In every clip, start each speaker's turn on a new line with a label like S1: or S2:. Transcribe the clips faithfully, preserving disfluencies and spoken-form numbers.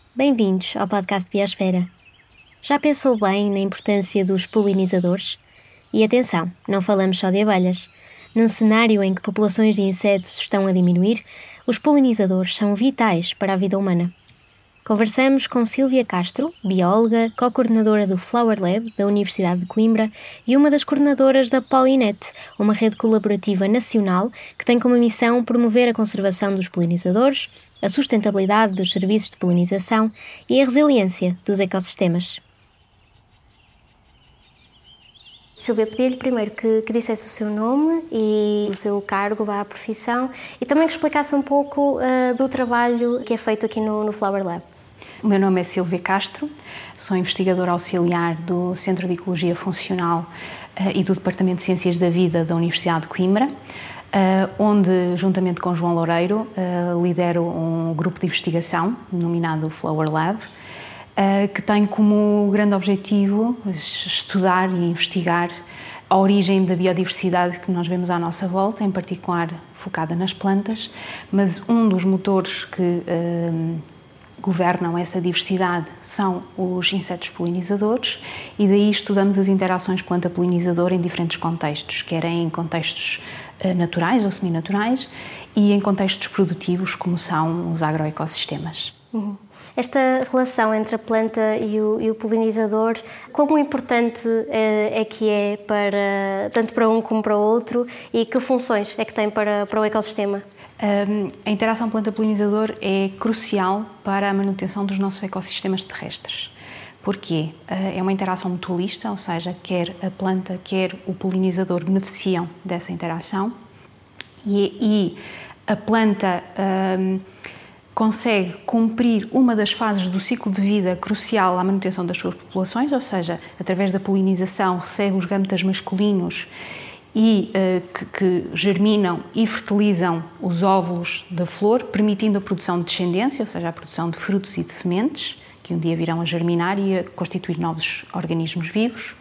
S1: Bem-vindos ao podcast Biosfera. Já pensou bem na importância dos polinizadores? E atenção, não falamos só de abelhas. Num cenário em que populações de insetos estão a diminuir, os polinizadores são vitais para a vida humana. Conversamos com Sílvia Castro, bióloga, co-coordenadora do Flower Lab da Universidade de Coimbra e uma das coordenadoras da Polinet, uma rede colaborativa nacional que tem como missão promover a conservação dos polinizadores, a sustentabilidade dos serviços de polinização e a resiliência dos ecossistemas. Sílvia, pedi-lhe primeiro que, que dissesse o seu nome e o seu cargo, a profissão, e também que explicasse um pouco uh, do trabalho que é feito aqui no, no Flower Lab.
S2: O meu nome é Sílvia Castro, sou investigadora auxiliar do Centro de Ecologia Funcional uh, e do Departamento de Ciências da Vida da Universidade de Coimbra, uh, onde, juntamente com João Loureiro, uh, lidero um grupo de investigação denominado Flower Lab, que tem como grande objetivo estudar e investigar a origem da biodiversidade que nós vemos à nossa volta, em particular focada nas plantas, mas um dos motores que eh, governam essa diversidade são os insetos polinizadores, e daí estudamos as interações planta-polinizador em diferentes contextos, quer em contextos eh, naturais ou seminaturais e em contextos produtivos, como são os agroecossistemas.
S1: Uhum. Esta relação entre a planta e o, e o polinizador, como importante é, é que é para, tanto para um como para o outro, e que funções é que tem para, para o ecossistema?
S2: Um, a interação planta-polinizador é crucial para a manutenção dos nossos ecossistemas terrestres. Porquê? Uh, é uma interação mutualista, ou seja, quer a planta, quer o polinizador beneficiam dessa interação, e, e a planta Um, consegue cumprir uma das fases do ciclo de vida crucial à manutenção das suas populações, ou seja, através da polinização recebe os gametas masculinos e uh, que, que germinam e fertilizam os óvulos da flor, permitindo a produção de descendência, ou seja, a produção de frutos e de sementes, que um dia virão a germinar e a constituir novos organismos vivos.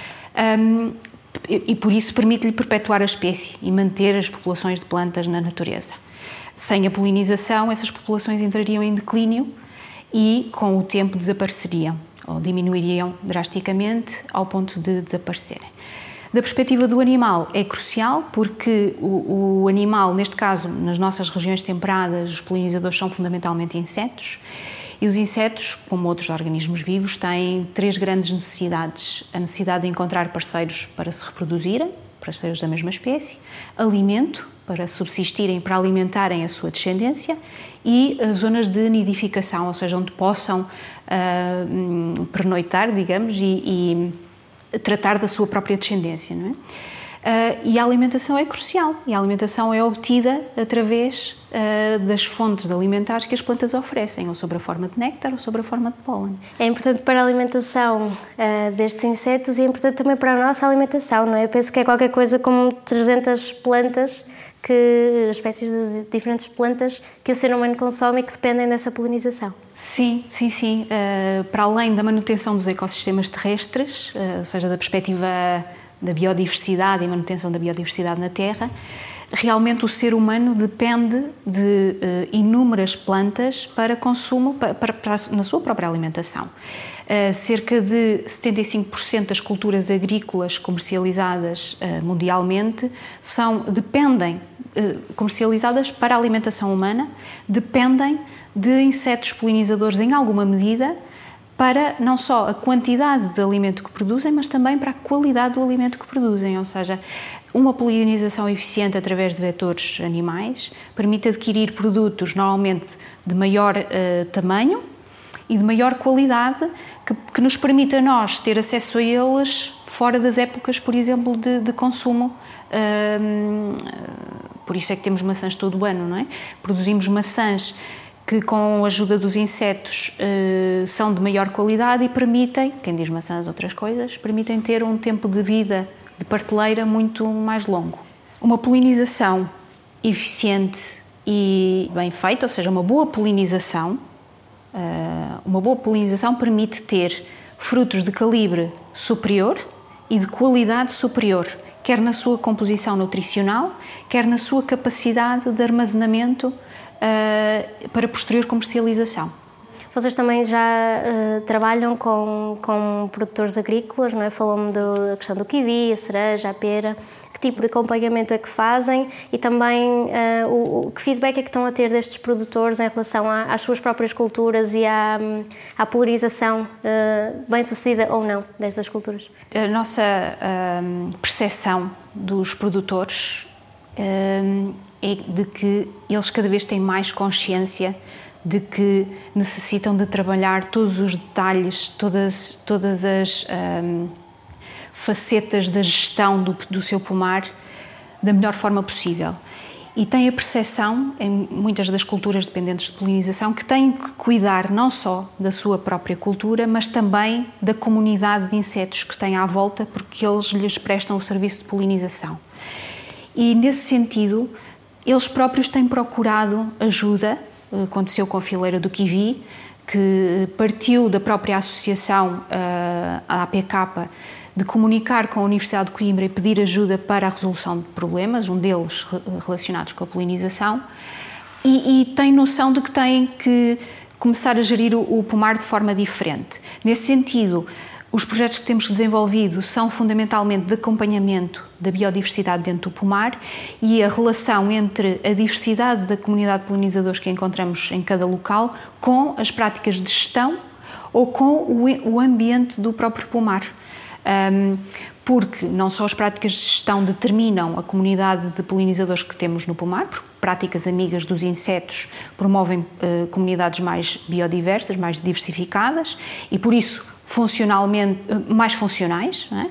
S2: Um, e, e por isso permite-lhe perpetuar a espécie e manter as populações de plantas na natureza. Sem a polinização, essas populações entrariam em declínio e, com o tempo, desapareceriam ou diminuiriam drasticamente ao ponto de desaparecerem. Da perspectiva do animal, é crucial porque o, o animal, neste caso, nas nossas regiões temperadas, os polinizadores são fundamentalmente insetos, e os insetos, como outros organismos vivos, têm três grandes necessidades: a necessidade de encontrar parceiros para se reproduzirem, parceiros da mesma espécie, alimento, para subsistirem, para alimentarem a sua descendência, e zonas de nidificação, ou seja, onde possam uh, pernoitar, digamos, e, e tratar da sua própria descendência, não é? Uh, e a alimentação é crucial, e a alimentação é obtida através uh, das fontes alimentares que as plantas oferecem, ou sob a forma de néctar ou sob a forma de pólen.
S1: É importante para a alimentação uh, destes insetos e é importante também para a nossa alimentação, não é? Eu penso que é qualquer coisa como trezentas plantas, que espécies de diferentes plantas que o ser humano consome e que dependem dessa polinização.
S2: Sim, sim, sim. Uh, para além da manutenção dos ecossistemas terrestres, uh, ou seja, da perspectiva da biodiversidade e manutenção da biodiversidade na Terra, realmente o ser humano depende de uh, inúmeras plantas para consumo, para, para, para, na sua própria alimentação. Uh, cerca de setenta e cinco por cento das culturas agrícolas comercializadas uh, mundialmente são, dependem, uh, comercializadas para a alimentação humana, dependem de insetos polinizadores em alguma medida, para não só a quantidade de alimento que produzem, mas também para a qualidade do alimento que produzem, ou seja, uma polinização eficiente através de vetores animais permite adquirir produtos normalmente de maior uh, tamanho e de maior qualidade, que, que nos permite a nós ter acesso a eles fora das épocas, por exemplo, de, de consumo. Uh, por isso é que temos maçãs todo o ano, não é? Produzimos maçãs que, com a ajuda dos insetos, uh, são de maior qualidade e permitem, quem diz maçãs outras coisas, permitem ter um tempo de vida de prateleira muito mais longo. Uma polinização eficiente e bem feita, ou seja, uma boa polinização, uh, uma boa polinização permite ter frutos de calibre superior e de qualidade superior, quer na sua composição nutricional, quer na sua capacidade de armazenamento uh, para posterior comercialização.
S1: Vocês também já uh, trabalham com, com produtores agrícolas, não é? Falou-me da questão do kiwi, a cereja, a pera. Que tipo de acompanhamento é que fazem e também uh, o, o que feedback é que estão a ter destes produtores em relação a, às suas próprias culturas e à, à polarização uh, bem-sucedida ou não destas culturas?
S2: A nossa uh, percepção dos produtores uh, é de que eles cada vez têm mais consciência de que necessitam de trabalhar todos os detalhes, todas, todas as um, facetas da gestão do, do seu pomar da melhor forma possível. E têm a percepção, em muitas das culturas dependentes de polinização, que têm que cuidar não só da sua própria cultura, mas também da comunidade de insetos que têm à volta, porque eles lhes prestam o serviço de polinização. E, nesse sentido, eles próprios têm procurado ajuda. Aconteceu com a fileira do kiwi, que partiu da própria associação, a A P K, de comunicar com a Universidade de Coimbra e pedir ajuda para a resolução de problemas, um deles relacionados com a polinização, e, e tem noção de que têm que começar a gerir o, o pomar de forma diferente. Nesse sentido, os projetos que temos desenvolvido são fundamentalmente de acompanhamento da biodiversidade dentro do pomar e a relação entre a diversidade da comunidade de polinizadores que encontramos em cada local com as práticas de gestão ou com o ambiente do próprio pomar. Um, porque não só as práticas de gestão determinam a comunidade de polinizadores que temos no pomar, porque práticas amigas dos insetos promovem uh, comunidades mais biodiversas, mais diversificadas e, por isso, funcionalmente, mais funcionais, não é?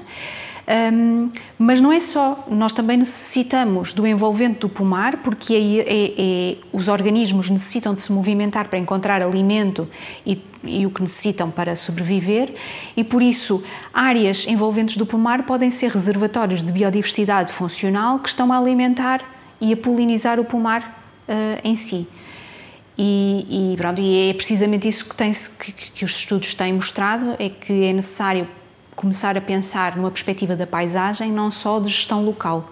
S2: Um, mas não é só, nós também necessitamos do envolvente do pomar, porque é, é, é, os organismos necessitam de se movimentar para encontrar alimento e, e o que necessitam para sobreviver, e por isso áreas envolventes do pomar podem ser reservatórios de biodiversidade funcional que estão a alimentar e a polinizar o pomar uh, em si. E, e, pronto, e é precisamente isso que, tem, que, que os estudos têm mostrado, é que é necessário começar a pensar numa perspectiva da paisagem, não só de gestão local.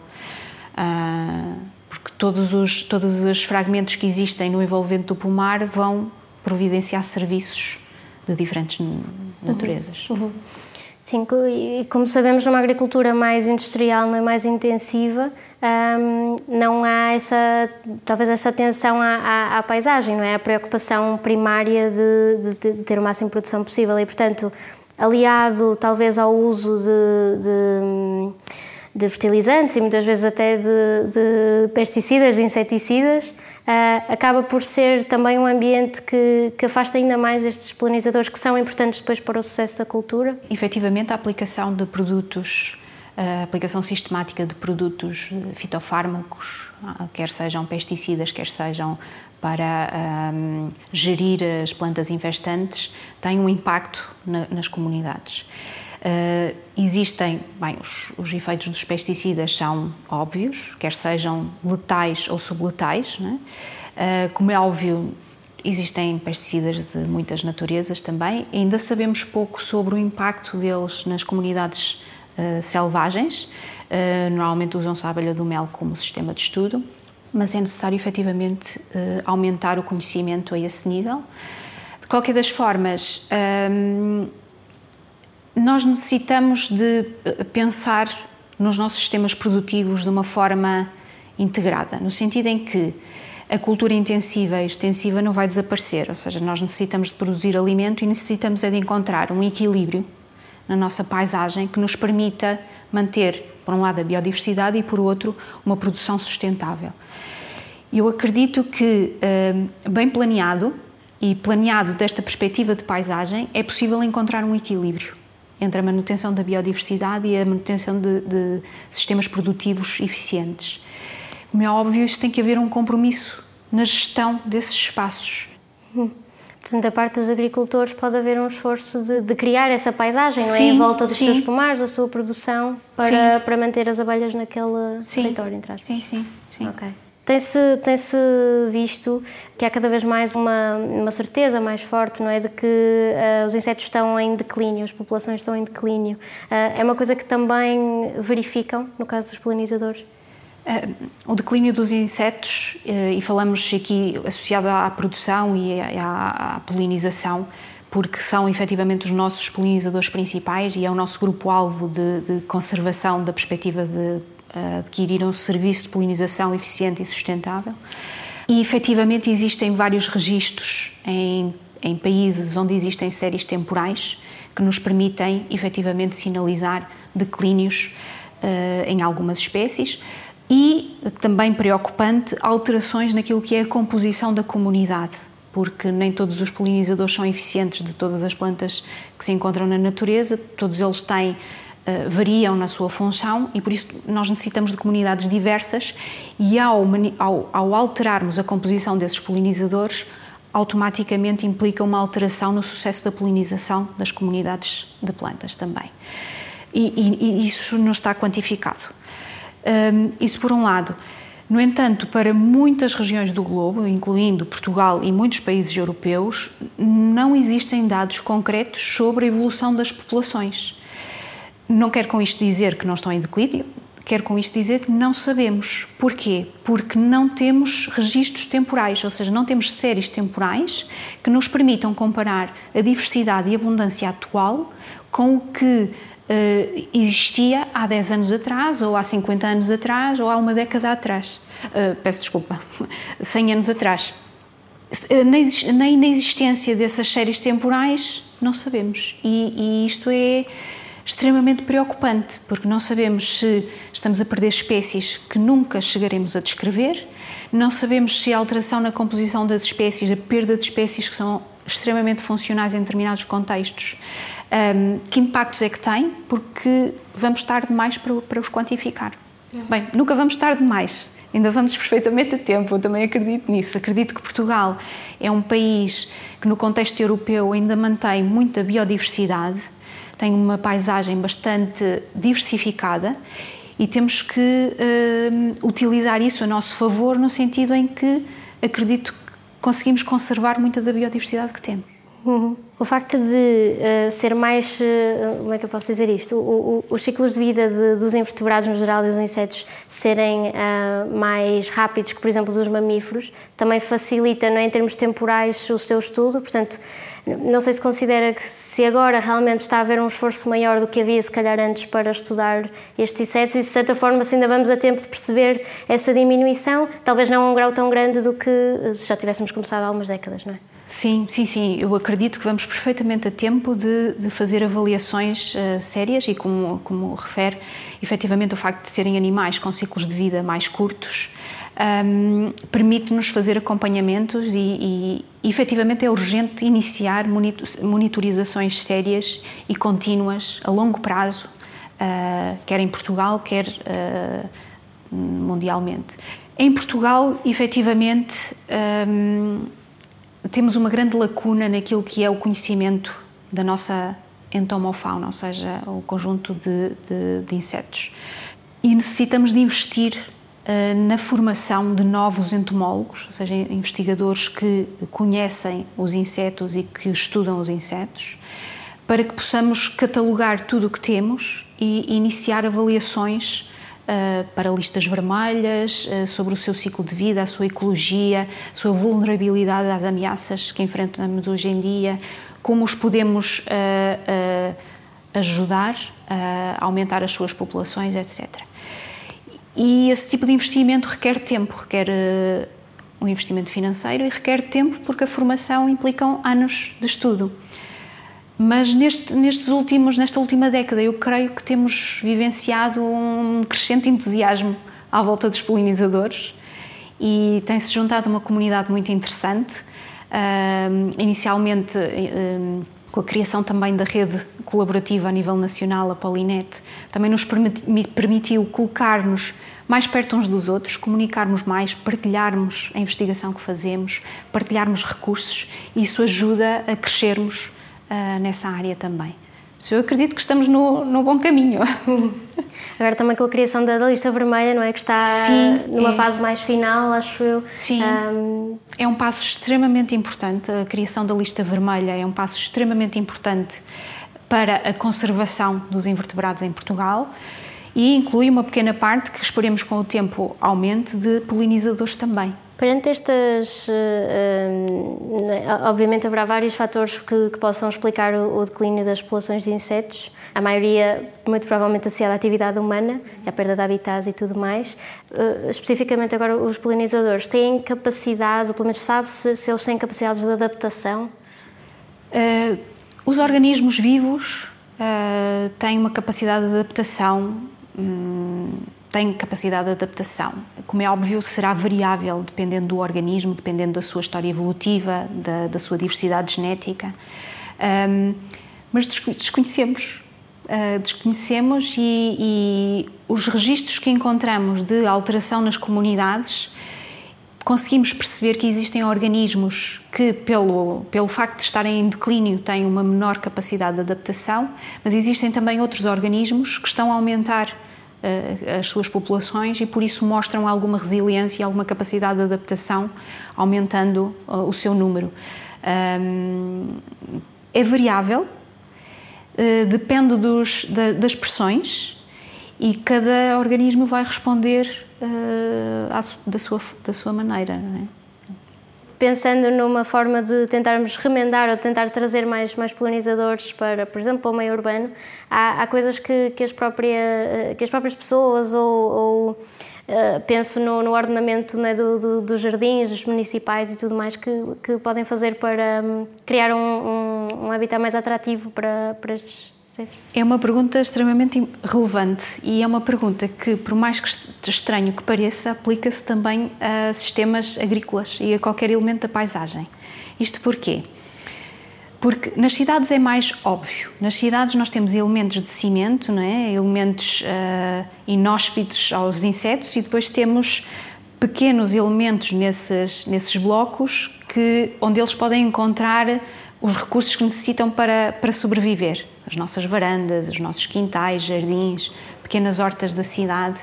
S2: Uh, porque todos os, todos os fragmentos que existem no envolvente do pomar vão providenciar serviços de diferentes naturezas.
S1: Uhum, uhum. Sim, e como sabemos, numa agricultura mais industrial, mais intensiva, um, não há essa, talvez essa atenção à, à, à paisagem, não é? A preocupação primária de, de, de ter o máximo de produção possível e, portanto, aliado talvez ao uso de, de, de fertilizantes e muitas vezes até de, de pesticidas, de inseticidas, uh, acaba por ser também um ambiente que, que afasta ainda mais estes polinizadores que são importantes depois para o sucesso da cultura.
S2: Efetivamente, a aplicação de produtos, a aplicação sistemática de produtos fitofármacos, quer sejam pesticidas, quer sejam para um, gerir as plantas infestantes, tem um impacto na, nas comunidades. Uh, existem, bem, os, os efeitos dos pesticidas são óbvios, quer sejam letais ou subletais, né? Uh, como é óbvio, existem pesticidas de muitas naturezas também, ainda sabemos pouco sobre o impacto deles nas comunidades uh, selvagens. Uh, normalmente usam-se a abelha do mel como sistema de estudo, mas é necessário efetivamente uh, aumentar o conhecimento a esse nível. De qualquer das formas, um, nós necessitamos de pensar nos nossos sistemas produtivos de uma forma integrada, no sentido em que a cultura intensiva e extensiva não vai desaparecer, ou seja, nós necessitamos de produzir alimento e necessitamos é de encontrar um equilíbrio na nossa paisagem que nos permita manter, por um lado, a biodiversidade e, por outro, uma produção sustentável. Eu acredito que, bem planeado e planeado desta perspectiva de paisagem, é possível encontrar um equilíbrio entre a manutenção da biodiversidade e a manutenção de, de sistemas produtivos eficientes. Como é óbvio, isto tem que haver um compromisso na gestão desses espaços.
S1: Hum. Portanto, da parte dos agricultores pode haver um esforço de, de criar essa paisagem, não é?
S2: Sim,
S1: em volta dos
S2: sim.
S1: seus pomares, da sua produção, para, para manter as abelhas naquele sim. território, entre aspas.
S2: Sim, sim, sim.
S1: Okay. Tem-se, tem-se visto que há cada vez mais uma, uma certeza mais forte, não é? De que uh, os insetos estão em declínio, as populações estão em declínio. Uh, é uma coisa que também verificam no caso dos polinizadores?
S2: O declínio dos insetos, e falamos aqui associado à produção e à, à polinização, porque são efetivamente os nossos polinizadores principais e é o nosso grupo-alvo de, de conservação da perspectiva de adquirir um serviço de polinização eficiente e sustentável. E efetivamente existem vários registros em, em países onde existem séries temporais que nos permitem efetivamente sinalizar declínios uh, em algumas espécies. E, também preocupante, alterações naquilo que é a composição da comunidade, porque nem todos os polinizadores são eficientes de todas as plantas que se encontram na natureza, todos eles têm, uh, variam na sua função e por isso nós necessitamos de comunidades diversas e ao, ao, ao alterarmos a composição desses polinizadores, automaticamente implica uma alteração no sucesso da polinização das comunidades de plantas também. E, e, e isso não está quantificado. Um, isso por um lado. No entanto, para muitas regiões do globo, incluindo Portugal e muitos países europeus, não existem dados concretos sobre a evolução das populações. Não quero com isto dizer que não estão em declínio, quero com isto dizer que não sabemos. Porquê? Porque não temos registros temporais, ou seja, não temos séries temporais que nos permitam comparar a diversidade e abundância atual com o que Uh, existia há dez anos atrás, ou há cinquenta anos atrás, ou há uma década atrás. Uh, peço desculpa, cem anos atrás. Uh, nem, nem na existência dessas séries temporais não sabemos. E, e isto é extremamente preocupante, porque não sabemos se estamos a perder espécies que nunca chegaremos a descrever, não sabemos se a alteração na composição das espécies, a perda de espécies que são extremamente funcionais em determinados contextos, Um, que impactos é que tem, porque vamos tarde demais para, para os quantificar. Uhum. Bem, nunca vamos tarde demais, ainda vamos perfeitamente a tempo, eu também acredito nisso. Acredito que Portugal é um país que no contexto europeu ainda mantém muita biodiversidade, tem uma paisagem bastante diversificada e temos que uh, utilizar isso a nosso favor no sentido em que acredito que conseguimos conservar muita da biodiversidade que temos.
S1: Uhum. O facto de uh, ser mais, uh, como é que eu posso dizer isto, o, o, os ciclos de vida de, dos invertebrados no geral e dos insetos serem uh, mais rápidos que, por exemplo, dos mamíferos, também facilita, não é, em termos temporais, o seu estudo. Portanto, não sei se considera que se agora realmente está a haver um esforço maior do que havia, se calhar, antes para estudar estes insetos e, de certa forma, se ainda vamos a tempo de perceber essa diminuição, talvez não a um grau tão grande do que se já tivéssemos começado há algumas décadas, não é?
S2: Sim, sim, sim. Eu acredito que vamos perfeitamente a tempo de, de fazer avaliações uh, sérias e, como, como refere, efetivamente o facto de serem animais com ciclos de vida mais curtos um, permite-nos fazer acompanhamentos e, e, efetivamente, é urgente iniciar monitorizações sérias e contínuas a longo prazo, uh, quer em Portugal, quer uh, mundialmente. Em Portugal, efetivamente, um, temos uma grande lacuna naquilo que é o conhecimento da nossa entomofauna, ou seja, o conjunto de, de, de insetos. E necessitamos de investir uh, na formação de novos entomólogos, ou seja, investigadores que conhecem os insetos e que estudam os insetos, para que possamos catalogar tudo o que temos e iniciar avaliações Uh, para listas vermelhas, uh, sobre o seu ciclo de vida, a sua ecologia, a sua vulnerabilidade às ameaças que enfrentamos hoje em dia, como os podemos uh, uh, ajudar a aumentar as suas populações, etcétera. E esse tipo de investimento requer tempo, requer uh, um investimento financeiro e requer tempo porque a formação implica anos de estudo. Mas neste, nestes últimos, nesta última década eu creio que temos vivenciado um crescente entusiasmo à volta dos polinizadores e tem-se juntado uma comunidade muito interessante, uh, inicialmente uh, com a criação também da rede colaborativa a nível nacional, a Polinet, também nos permiti, permitiu colocar-nos mais perto uns dos outros, comunicarmos mais, partilharmos a investigação que fazemos, partilharmos recursos e isso ajuda a crescermos Uh, nessa área também. Eu acredito que estamos no, no bom caminho.
S1: Agora também com a criação da, da lista vermelha, não é? Que está Sim, numa é. fase mais final, acho eu.
S2: Sim, um... é um passo extremamente importante. A criação da lista vermelha é um passo extremamente importante para a conservação dos invertebrados em Portugal e inclui uma pequena parte que esperemos com o tempo aumente de polinizadores também.
S1: Perante estas, obviamente haverá vários fatores que, que possam explicar o, o declínio das populações de insetos, a maioria muito provavelmente associada à atividade humana, à perda de habitats e tudo mais. Especificamente agora os polinizadores têm capacidades, ou pelo menos sabe-se se eles têm capacidades de adaptação?
S2: Uh, os organismos vivos uh, têm uma capacidade de adaptação, um, têm capacidade de adaptação. Como é óbvio, será variável dependendo do organismo, dependendo da sua história evolutiva, da, da sua diversidade genética. Um, mas desconhecemos. Uh, desconhecemos e, e os registros que encontramos de alteração nas comunidades, conseguimos perceber que existem organismos que, pelo, pelo facto de estarem em declínio, têm uma menor capacidade de adaptação, mas existem também outros organismos que estão a aumentar uh, as suas populações e por isso mostram alguma resiliência e alguma capacidade de adaptação, aumentando uh, o seu número. Um, é variável. Uh, depende dos, da, das pressões e cada organismo vai responder uh, à, da, sua, da sua maneira, não é?
S1: Pensando numa forma de tentarmos remendar ou tentar trazer mais, mais polinizadores para, por exemplo, para o meio urbano, há, há coisas que, que, as própria, que as próprias pessoas ou, ou Uh, penso no, no ordenamento, né, do, do, dos jardins, dos municipais e tudo mais que, que podem fazer para um, criar um, um, um habitat mais atrativo para, para estes seres.
S2: É uma pergunta extremamente relevante e é uma pergunta que, por mais que estranho que pareça, aplica-se também a sistemas agrícolas e a qualquer elemento da paisagem. Isto porquê? Porque nas cidades é mais óbvio. Nas cidades nós temos elementos de cimento, não é? Elementos uh, inóspitos aos insetos e depois temos pequenos elementos nesses, nesses blocos que, onde eles podem encontrar os recursos que necessitam para, para sobreviver. As nossas varandas, os nossos quintais, jardins, pequenas hortas da cidade.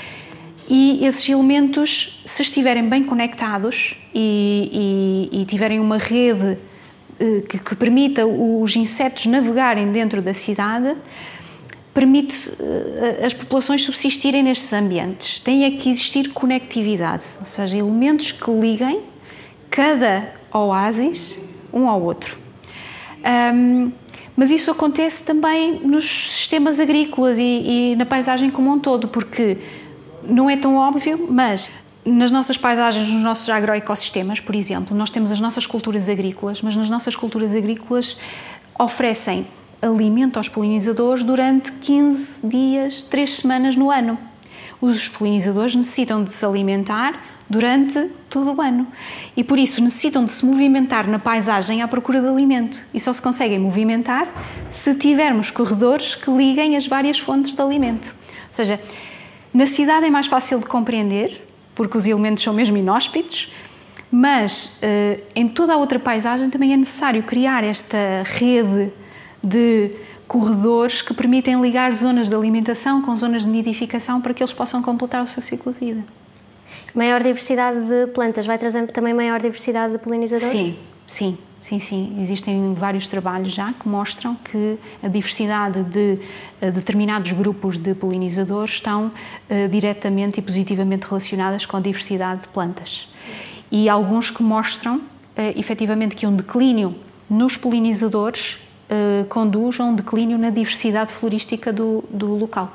S2: E esses elementos, se estiverem bem conectados e, e, e tiverem uma rede Que, que permita os insetos navegarem dentro da cidade, permite uh, as populações subsistirem nestes ambientes. Tem é que existir conectividade, ou seja, elementos que liguem cada oásis um ao outro. Um, mas isso acontece também nos sistemas agrícolas e, e na paisagem como um todo, porque não é tão óbvio, mas nas nossas paisagens, nos nossos agroecossistemas, por exemplo, nós temos as nossas culturas agrícolas, mas nas nossas culturas agrícolas oferecem alimento aos polinizadores durante quinze dias, três semanas no ano. Os polinizadores necessitam de se alimentar durante todo o ano e, por isso, necessitam de se movimentar na paisagem à procura de alimento e só se conseguem movimentar se tivermos corredores que liguem as várias fontes de alimento. Ou seja, na cidade é mais fácil de compreender, porque os elementos são mesmo inóspitos, mas uh, em toda a outra paisagem também é necessário criar esta rede de corredores que permitem ligar zonas de alimentação com zonas de nidificação para que eles possam completar o seu ciclo de vida.
S1: Maior diversidade de plantas vai trazer também maior diversidade de polinizadores?
S2: Sim, sim. Sim, sim, existem vários trabalhos já que mostram que a diversidade de uh, determinados grupos de polinizadores estão uh, diretamente e positivamente relacionadas com a diversidade de plantas. E alguns que mostram, uh, efetivamente, que um declínio nos polinizadores uh, conduz a um declínio na diversidade florística do, do local.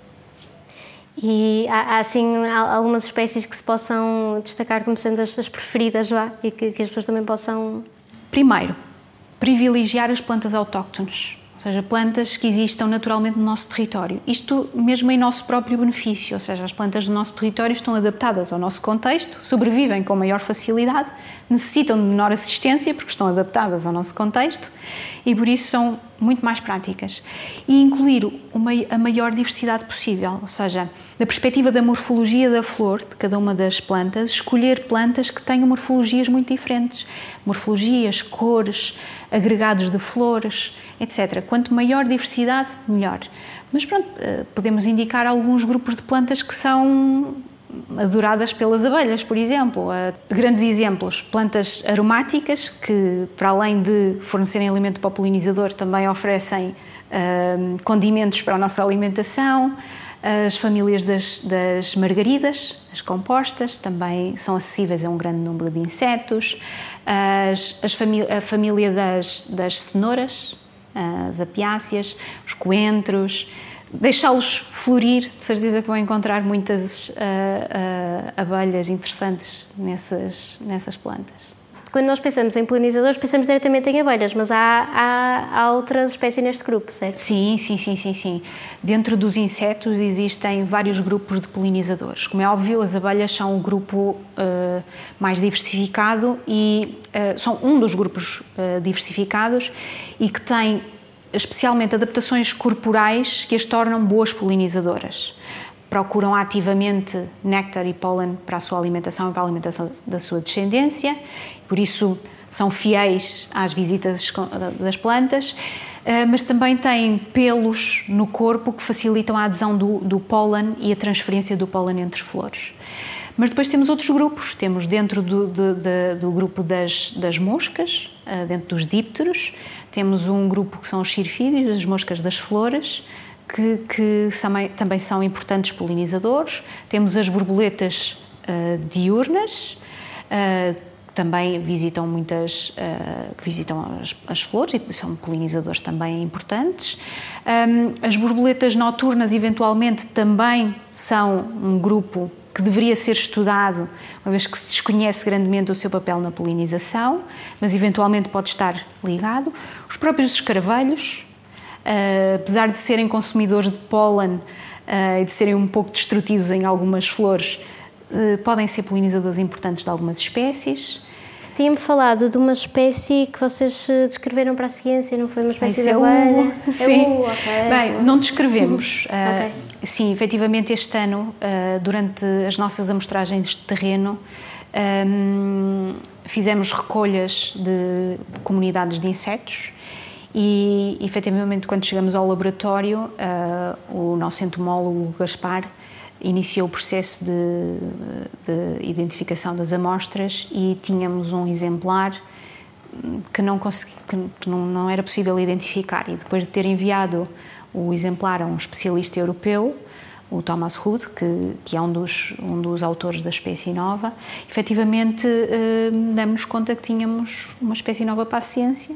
S1: E há, há, assim, algumas espécies que se possam destacar como sendo as, as preferidas, vá, e que, que as pessoas também possam...
S2: Primeiro, privilegiar as plantas autóctones, ou seja, plantas que existam naturalmente no nosso território. Isto mesmo em nosso próprio benefício, ou seja, as plantas do nosso território estão adaptadas ao nosso contexto, sobrevivem com maior facilidade, necessitam de menor assistência porque estão adaptadas ao nosso contexto e por isso são muito mais práticas. E incluir uma, a maior diversidade possível, ou seja, da perspectiva da morfologia da flor de cada uma das plantas, escolher plantas que tenham morfologias muito diferentes, morfologias, cores, agregados de flores, etcétera. Quanto maior diversidade, melhor. Mas pronto, podemos indicar alguns grupos de plantas que são adoradas pelas abelhas, por exemplo. Grandes exemplos, plantas aromáticas que, para além de fornecerem alimento para o polinizador, também oferecem uh, condimentos para a nossa alimentação. As famílias das, das margaridas, as compostas, também são acessíveis a um grande número de insetos. As, as famí- a família das, das cenouras, as apiáceas, os coentros. Deixá-los florir, de certeza que vão encontrar muitas uh, uh, abelhas interessantes nessas, nessas plantas.
S1: Quando nós pensamos em polinizadores, pensamos diretamente em abelhas, mas há, há, há outras espécies neste grupo, certo?
S2: Sim, sim, sim, sim, sim. Dentro dos insetos existem vários grupos de polinizadores. Como é óbvio, as abelhas são o grupo uh, mais diversificado e uh, são um dos grupos uh, diversificados e que tem especialmente adaptações corporais que as tornam boas polinizadoras. Procuram ativamente néctar e pólen para a sua alimentação e para a alimentação da sua descendência, por isso são fiéis às visitas das plantas, mas também têm pelos no corpo que facilitam a adesão do, do pólen e a transferência do pólen entre flores. Mas depois temos outros grupos, temos dentro do, do, do, do grupo das, das moscas, dentro dos dípteros, temos um grupo que são os cirfídeos, as moscas das flores, que, que também, também são importantes polinizadores. Temos as borboletas uh, diurnas, uh, também visitam muitas, uh, que visitam as, as flores e são polinizadores também importantes. Um, as borboletas noturnas, eventualmente, também são um grupo que deveria ser estudado, uma vez que se desconhece grandemente o seu papel na polinização, mas eventualmente pode estar ligado. Os próprios escaravelhos, uh, apesar de serem consumidores de pólen uh, e de serem um pouco destrutivos em algumas flores, uh, podem ser polinizadores importantes de algumas espécies.
S1: Tinha-me falado de uma espécie que vocês descreveram para a ciência, não foi uma espécie
S2: Esse
S1: de
S2: é
S1: abelha?
S2: O... Sim. É o... Okay. Bem, não descrevemos. Okay. Uh, sim, efetivamente este ano, uh, durante as nossas amostragens de terreno, um, fizemos recolhas de comunidades de insetos e, efetivamente, quando chegamos ao laboratório, uh, o nosso entomólogo Gaspar iniciou o processo de, de identificação das amostras e tínhamos um exemplar que não, consegui, que não, não era possível identificar. E depois de ter enviado o exemplar a um especialista europeu, o Thomas Hood, que, que é um dos, um dos autores da espécie nova, efetivamente eh, demos-nos conta que tínhamos uma espécie nova para a ciência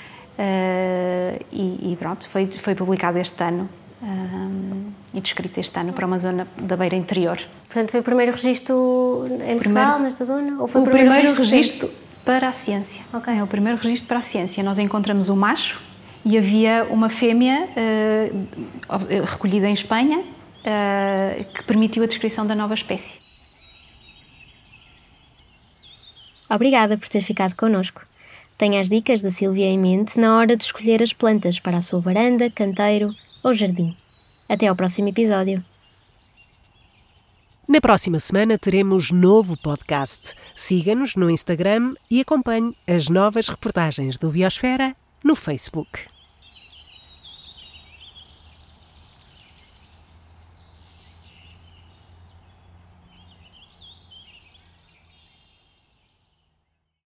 S2: eh, e, e pronto, foi, foi publicado este ano. Um, e descrito este ano para uma zona da Beira Interior.
S1: Portanto, foi o primeiro registro em Portugal, primeiro, nesta zona? Ou foi
S2: o, o primeiro, primeiro registro, registro para a ciência.
S1: Okay.
S2: É o primeiro registro para a ciência. Nós encontramos um macho e havia uma fêmea uh, recolhida em Espanha uh, que permitiu a descrição da nova espécie.
S1: Obrigada por ter ficado connosco. Tenha as dicas da Sílvia em mente na hora de escolher as plantas para a sua varanda, canteiro ou jardim. Até ao próximo episódio.
S3: Na próxima semana teremos novo podcast. Siga-nos no Instagram e acompanhe as novas reportagens do Biosfera no Facebook.